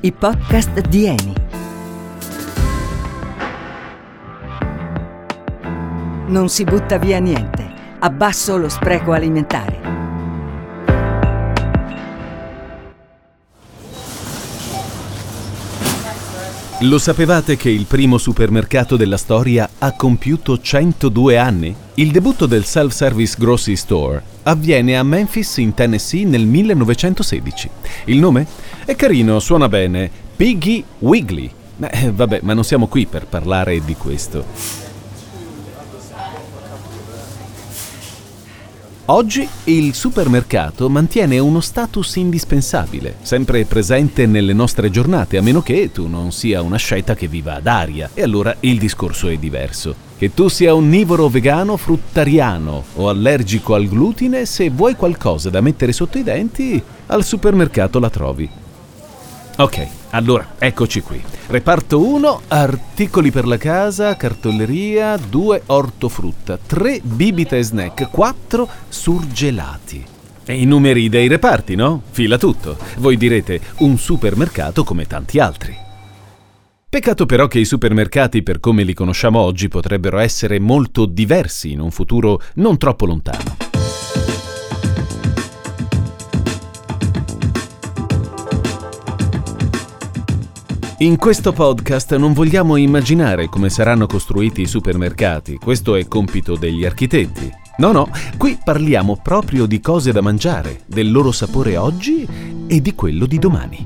I podcast di Eni. Non si butta via niente. Abbasso lo spreco alimentare. Lo sapevate che il primo supermercato della storia ha compiuto 102 anni? Il debutto del self-service grocery store avviene a Memphis, in Tennessee, nel 1916. Il nome? È carino, suona bene. Piggly Wiggly. Vabbè, ma non siamo qui per parlare di questo. Oggi il supermercato mantiene uno status indispensabile, sempre presente nelle nostre giornate, a meno che tu non sia una sceta che viva ad aria, e allora il discorso è diverso. Che tu sia onnivoro, vegano, fruttariano o allergico al glutine, se vuoi qualcosa da mettere sotto i denti, al supermercato la trovi. Ok, allora, eccoci qui. Reparto 1, articoli per la casa, cartoleria, 2, ortofrutta, 3, bibita e snack, 4, surgelati. E i numeri dei reparti, no? Fila tutto. Voi direte, un supermercato come tanti altri. Peccato però che i supermercati, per come li conosciamo oggi, potrebbero essere molto diversi in un futuro non troppo lontano. In questo podcast non vogliamo immaginare come saranno costruiti i supermercati, questo è compito degli architetti. No, qui parliamo proprio di cose da mangiare, del loro sapore oggi e di quello di domani.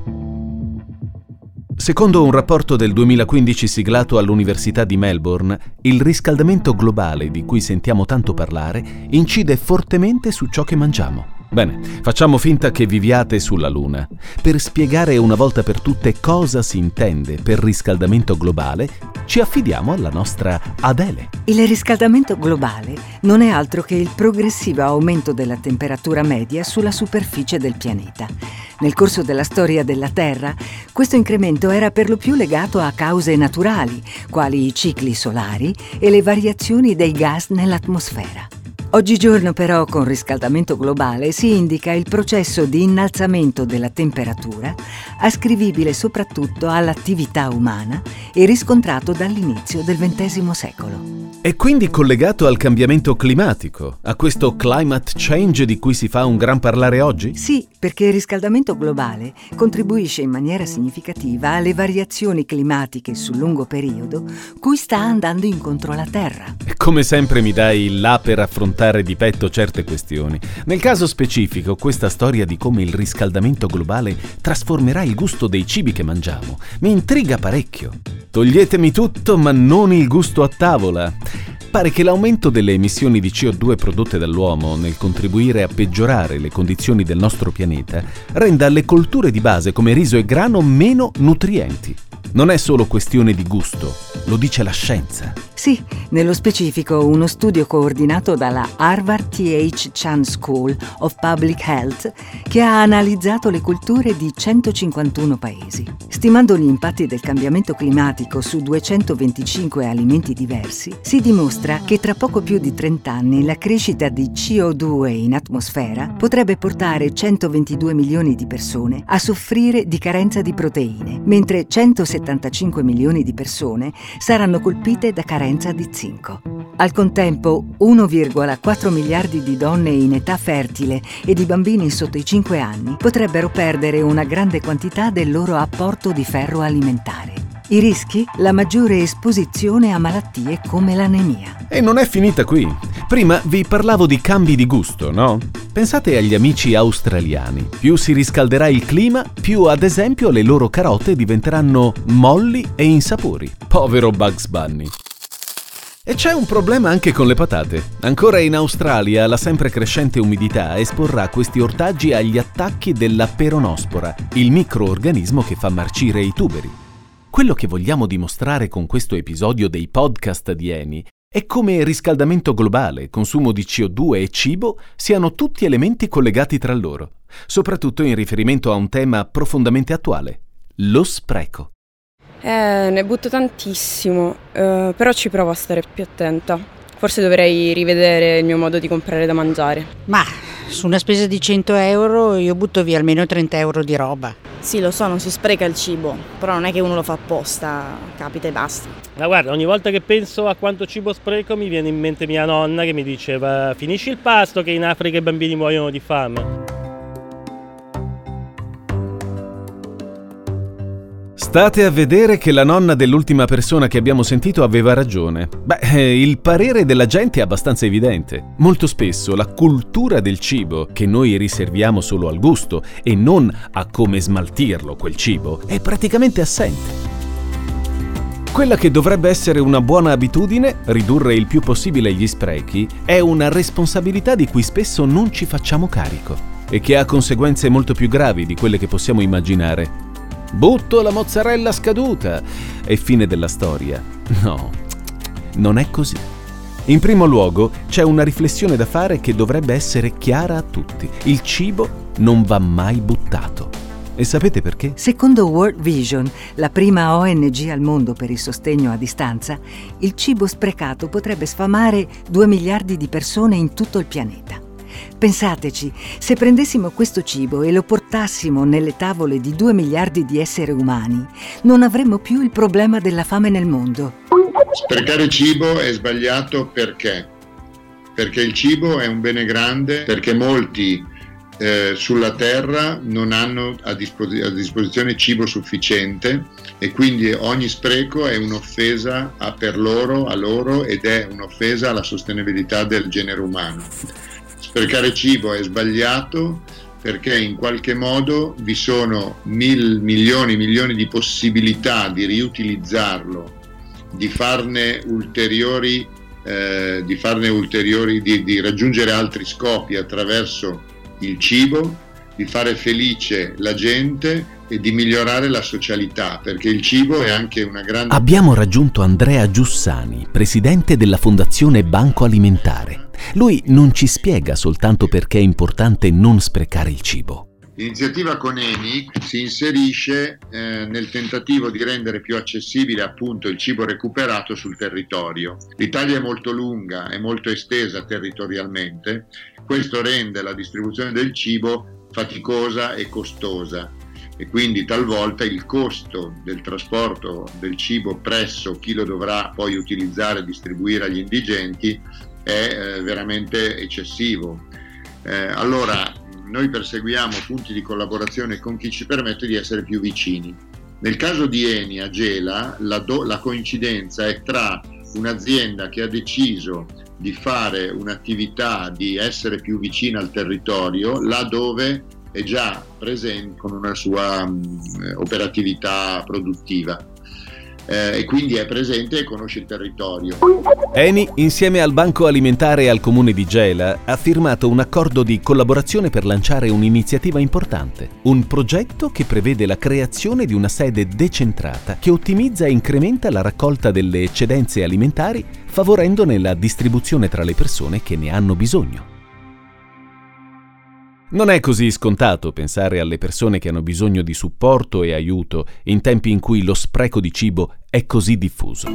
Secondo un rapporto del 2015 siglato all'Università di Melbourne, il riscaldamento globale di cui sentiamo tanto parlare incide fortemente su ciò che mangiamo. Bene, facciamo finta che viviate sulla Luna. Per spiegare una volta per tutte cosa si intende per riscaldamento globale, ci affidiamo alla nostra Adele. Il riscaldamento globale non è altro che il progressivo aumento della temperatura media sulla superficie del pianeta. Nel corso della storia della Terra, questo incremento era per lo più legato a cause naturali, quali i cicli solari e le variazioni dei gas nell'atmosfera. Oggigiorno però con riscaldamento globale si indica il processo di innalzamento della temperatura ascrivibile soprattutto all'attività umana e riscontrato dall'inizio del XX secolo. È quindi collegato al cambiamento climatico, a questo climate change di cui si fa un gran parlare oggi? Sì, perché il riscaldamento globale contribuisce in maniera significativa alle variazioni climatiche sul lungo periodo cui sta andando incontro la Terra. Come sempre mi dai il là per affrontare di petto certe questioni. Nel caso specifico, questa storia di come il riscaldamento globale trasformerà il gusto dei cibi che mangiamo mi intriga parecchio. Toglietemi tutto, ma non il gusto a tavola. Pare che l'aumento delle emissioni di CO2 prodotte dall'uomo nel contribuire a peggiorare le condizioni del nostro pianeta renda le colture di base come riso e grano meno nutrienti. Non è solo questione di gusto, lo dice la scienza. Sì, nello specifico uno studio coordinato dalla Harvard T.H. Chan School of Public Health che ha analizzato le culture di 151 paesi. Stimando gli impatti del cambiamento climatico su 225 alimenti diversi, si dimostra che tra poco più di 30 anni la crescita di CO2 in atmosfera potrebbe portare 122 milioni di persone a soffrire di carenza di proteine, mentre 175 milioni di persone saranno colpite da carenza di zinco. Al contempo, 1,4 miliardi di donne in età fertile e di bambini sotto i 5 anni potrebbero perdere una grande quantità del loro apporto di ferro alimentare. I rischi? La maggiore esposizione a malattie come l'anemia. E non è finita qui. Prima vi parlavo di cambi di gusto, no? Pensate agli amici australiani. Più si riscalderà il clima, più ad esempio le loro carote diventeranno molli e insapori. Povero Bugs Bunny. E c'è un problema anche con le patate. Ancora in Australia la sempre crescente umidità esporrà questi ortaggi agli attacchi della peronospora, il microorganismo che fa marcire i tuberi. Quello che vogliamo dimostrare con questo episodio dei podcast di Eni è come riscaldamento globale, consumo di CO2 e cibo siano tutti elementi collegati tra loro, soprattutto in riferimento a un tema profondamente attuale, lo spreco. Ne butto tantissimo, però ci provo a stare più attenta. Forse dovrei rivedere il mio modo di comprare da mangiare. Ma su una spesa di 100 euro io butto via almeno 30 euro di roba. Sì, lo so, non si spreca il cibo, però non è che uno lo fa apposta, capita e basta. Ma guarda, ogni volta che penso a quanto cibo spreco mi viene in mente mia nonna che mi diceva: finisci il pasto che in Africa i bambini muoiono di fame. State a vedere che la nonna dell'ultima persona che abbiamo sentito aveva ragione. Il parere della gente è abbastanza evidente. Molto spesso la cultura del cibo, che noi riserviamo solo al gusto e non a come smaltirlo quel cibo, è praticamente assente. Quella che dovrebbe essere una buona abitudine, ridurre il più possibile gli sprechi, è una responsabilità di cui spesso non ci facciamo carico e che ha conseguenze molto più gravi di quelle che possiamo immaginare. Butto la mozzarella scaduta e fine della storia. No, non è così. In primo luogo c'è una riflessione da fare che dovrebbe essere chiara a tutti. Il cibo non va mai buttato. E sapete perché? Secondo World Vision, la prima ONG al mondo per il sostegno a distanza, il cibo sprecato potrebbe sfamare 2 miliardi di persone in tutto il pianeta. Pensateci, se prendessimo questo cibo e lo portassimo nelle tavole di 2 miliardi di esseri umani, non avremmo più il problema della fame nel mondo. Sprecare cibo è sbagliato perché? Perché il cibo è un bene grande, perché molti sulla terra non hanno a disposizione cibo sufficiente e quindi ogni spreco è un'offesa per loro, a loro, ed è un'offesa alla sostenibilità del genere umano. Sprecare cibo è sbagliato perché in qualche modo vi sono milioni di possibilità di riutilizzarlo, di raggiungere altri scopi attraverso il cibo, di fare felice la gente e di migliorare la socialità, perché il cibo è anche una grande... Abbiamo raggiunto Andrea Giussani, presidente della Fondazione Banco Alimentare. Lui non ci spiega soltanto perché è importante non sprecare il cibo. L'iniziativa con ENI si inserisce nel tentativo di rendere più accessibile appunto il cibo recuperato sul territorio. L'Italia è molto lunga e molto estesa territorialmente, questo rende la distribuzione del cibo faticosa e costosa e quindi talvolta il costo del trasporto del cibo presso chi lo dovrà poi utilizzare e distribuire agli indigenti è veramente eccessivo. Allora noi perseguiamo punti di collaborazione con chi ci permette di essere più vicini. Nel caso di Eni a Gela la coincidenza è tra un'azienda che ha deciso di fare un'attività, di essere più vicina al territorio, là dove è già presente con una sua operatività produttiva. E quindi è presente e conosce il territorio. Eni, insieme al Banco Alimentare e al Comune di Gela, ha firmato un accordo di collaborazione per lanciare un'iniziativa importante, un progetto che prevede la creazione di una sede decentrata che ottimizza e incrementa la raccolta delle eccedenze alimentari, favorendone la distribuzione tra le persone che ne hanno bisogno. Non è così scontato pensare alle persone che hanno bisogno di supporto e aiuto in tempi in cui lo spreco di cibo è così diffuso.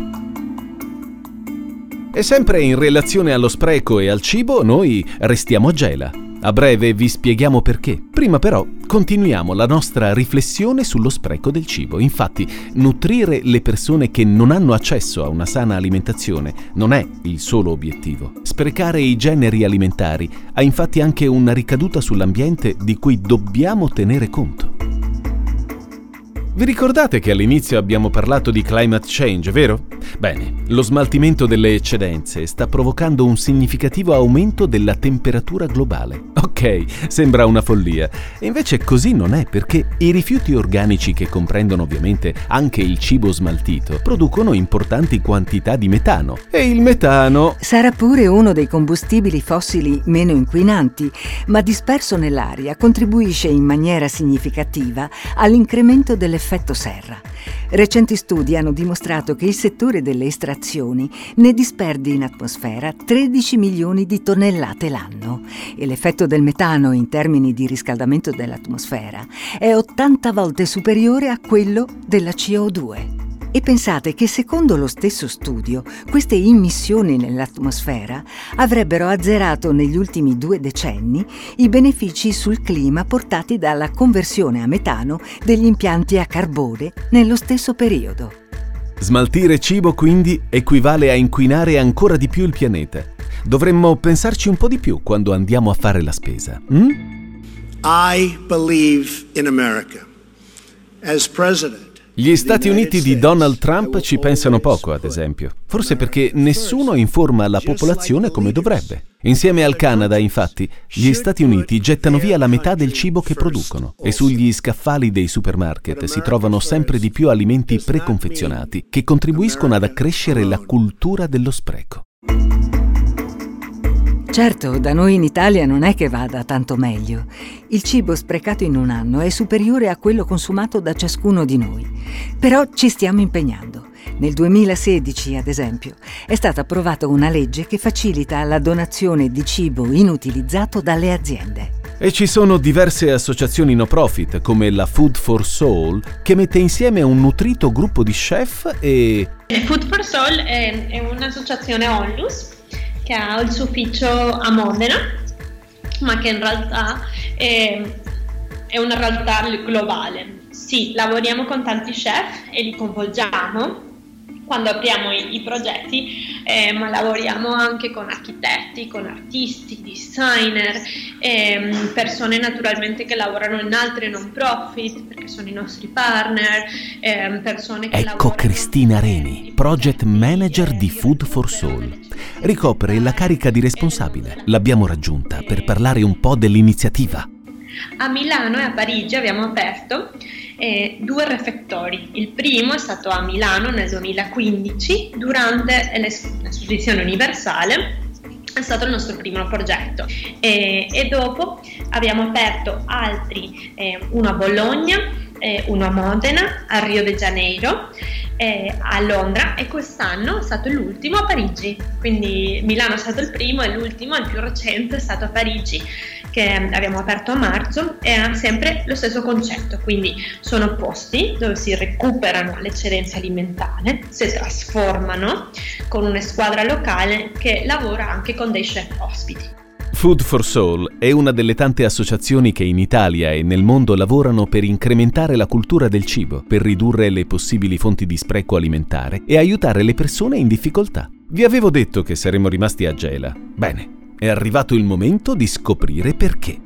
E sempre in relazione allo spreco e al cibo, noi restiamo a Gela. A breve vi spieghiamo perché. Prima però continuiamo la nostra riflessione sullo spreco del cibo. Infatti, nutrire le persone che non hanno accesso a una sana alimentazione non è il solo obiettivo. Sprecare i generi alimentari ha infatti anche una ricaduta sull'ambiente di cui dobbiamo tenere conto. Vi ricordate che all'inizio abbiamo parlato di climate change, vero? Bene, lo smaltimento delle eccedenze sta provocando un significativo aumento della temperatura globale. Ok, sembra una follia. E invece così non è, perché i rifiuti organici, che comprendono ovviamente anche il cibo smaltito, producono importanti quantità di metano. E il metano sarà pure uno dei combustibili fossili meno inquinanti, ma disperso nell'aria contribuisce in maniera significativa all'incremento dell'effetto serra. Recenti studi hanno dimostrato che il settore delle estrazioni ne disperde in atmosfera 13 milioni di tonnellate l'anno e l'effetto del metano in termini di riscaldamento dell'atmosfera è 80 volte superiore a quello della CO2. E pensate che secondo lo stesso studio, queste immissioni nell'atmosfera avrebbero azzerato negli ultimi 2 decenni i benefici sul clima portati dalla conversione a metano degli impianti a carbone nello stesso periodo. Smaltire cibo quindi equivale a inquinare ancora di più il pianeta. Dovremmo pensarci un po' di più quando andiamo a fare la spesa. I believe in America. As president, Gli Stati Uniti di Donald Trump ci pensano poco, ad esempio. Forse perché nessuno informa la popolazione come dovrebbe. Insieme al Canada, infatti, gli Stati Uniti gettano via la metà del cibo che producono e sugli scaffali dei supermarket si trovano sempre di più alimenti preconfezionati che contribuiscono ad accrescere la cultura dello spreco. Certo, da noi in Italia non è che vada tanto meglio. Il cibo sprecato in un anno è superiore a quello consumato da ciascuno di noi. Però ci stiamo impegnando. Nel 2016, ad esempio, è stata approvata una legge che facilita la donazione di cibo inutilizzato dalle aziende. E ci sono diverse associazioni no profit, come la Food for Soul, che mette insieme un nutrito gruppo di chef e... Food for Soul è un'associazione onlus che ha il suo ufficio a Modena, ma che in realtà è una realtà globale. Sì, lavoriamo con tanti chef e li coinvolgiamo quando apriamo i progetti, ma lavoriamo anche con architetti, con artisti, designer, persone naturalmente che lavorano in altre non profit perché sono i nostri partner, persone che lavorano... Ecco Cristina Reni, project manager di Food for Soul. Ricopre la carica di responsabile. L'abbiamo raggiunta per parlare un po' dell'iniziativa. A Milano e a Parigi abbiamo aperto 2 refettori. Il primo è stato a Milano nel 2015 durante l'esposizione universale. È stato il nostro primo progetto e dopo abbiamo aperto altri, uno a Bologna, uno a Modena, a Rio de Janeiro, a Londra e quest'anno è stato l'ultimo a Parigi. Quindi Milano è stato il primo e l'ultimo, il più recente, è stato a Parigi, che abbiamo aperto a marzo e ha sempre lo stesso concetto, quindi sono posti dove si recuperano le eccedenze alimentari, si trasformano con una squadra locale che lavora anche con dei chef ospiti. Food for Soul è una delle tante associazioni che in Italia e nel mondo lavorano per incrementare la cultura del cibo, per ridurre le possibili fonti di spreco alimentare e aiutare le persone in difficoltà. Vi avevo detto che saremmo rimasti a Gela. Bene. È arrivato il momento di scoprire perché.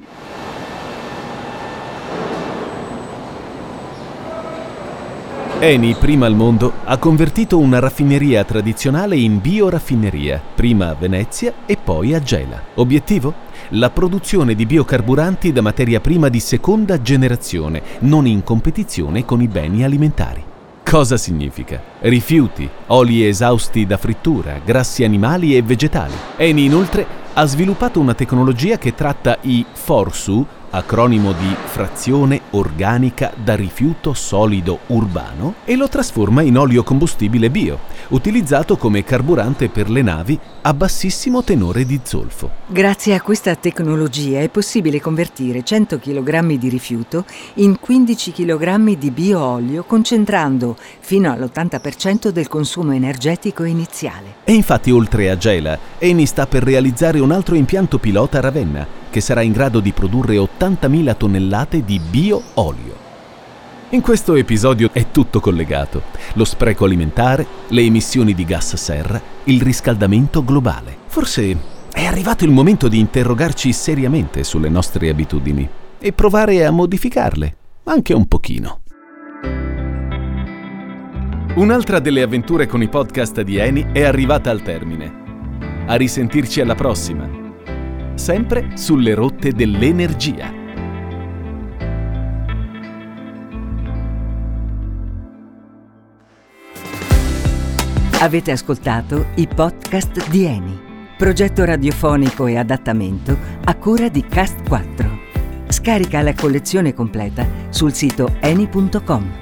Eni, prima al mondo, ha convertito una raffineria tradizionale in bioraffineria, prima a Venezia e poi a Gela. Obiettivo? La produzione di biocarburanti da materia prima di seconda generazione, non in competizione con i beni alimentari. Cosa significa? Rifiuti, oli esausti da frittura, grassi animali e vegetali. Eni, inoltre, ha sviluppato una tecnologia che tratta i FORSU, acronimo di frazione organica da rifiuto solido urbano, e lo trasforma in olio combustibile bio, utilizzato come carburante per le navi a bassissimo tenore di zolfo. Grazie a questa tecnologia è possibile convertire 100 kg di rifiuto in 15 kg di bioolio, concentrando fino all'80% del consumo energetico iniziale. E infatti, oltre a Gela, Eni sta per realizzare un altro impianto pilota a Ravenna, che sarà in grado di produrre 80.000 tonnellate di bio-olio. In questo episodio è tutto collegato: lo spreco alimentare, le emissioni di gas serra, il riscaldamento globale. Forse è arrivato il momento di interrogarci seriamente sulle nostre abitudini e provare a modificarle, anche un pochino. Un'altra delle avventure con i podcast di Eni è arrivata al termine. A risentirci alla prossima, sempre sulle rotte dell'energia. Avete ascoltato i podcast di Eni, progetto radiofonico e adattamento a cura di Cast 4. Scarica la collezione completa sul sito eni.com.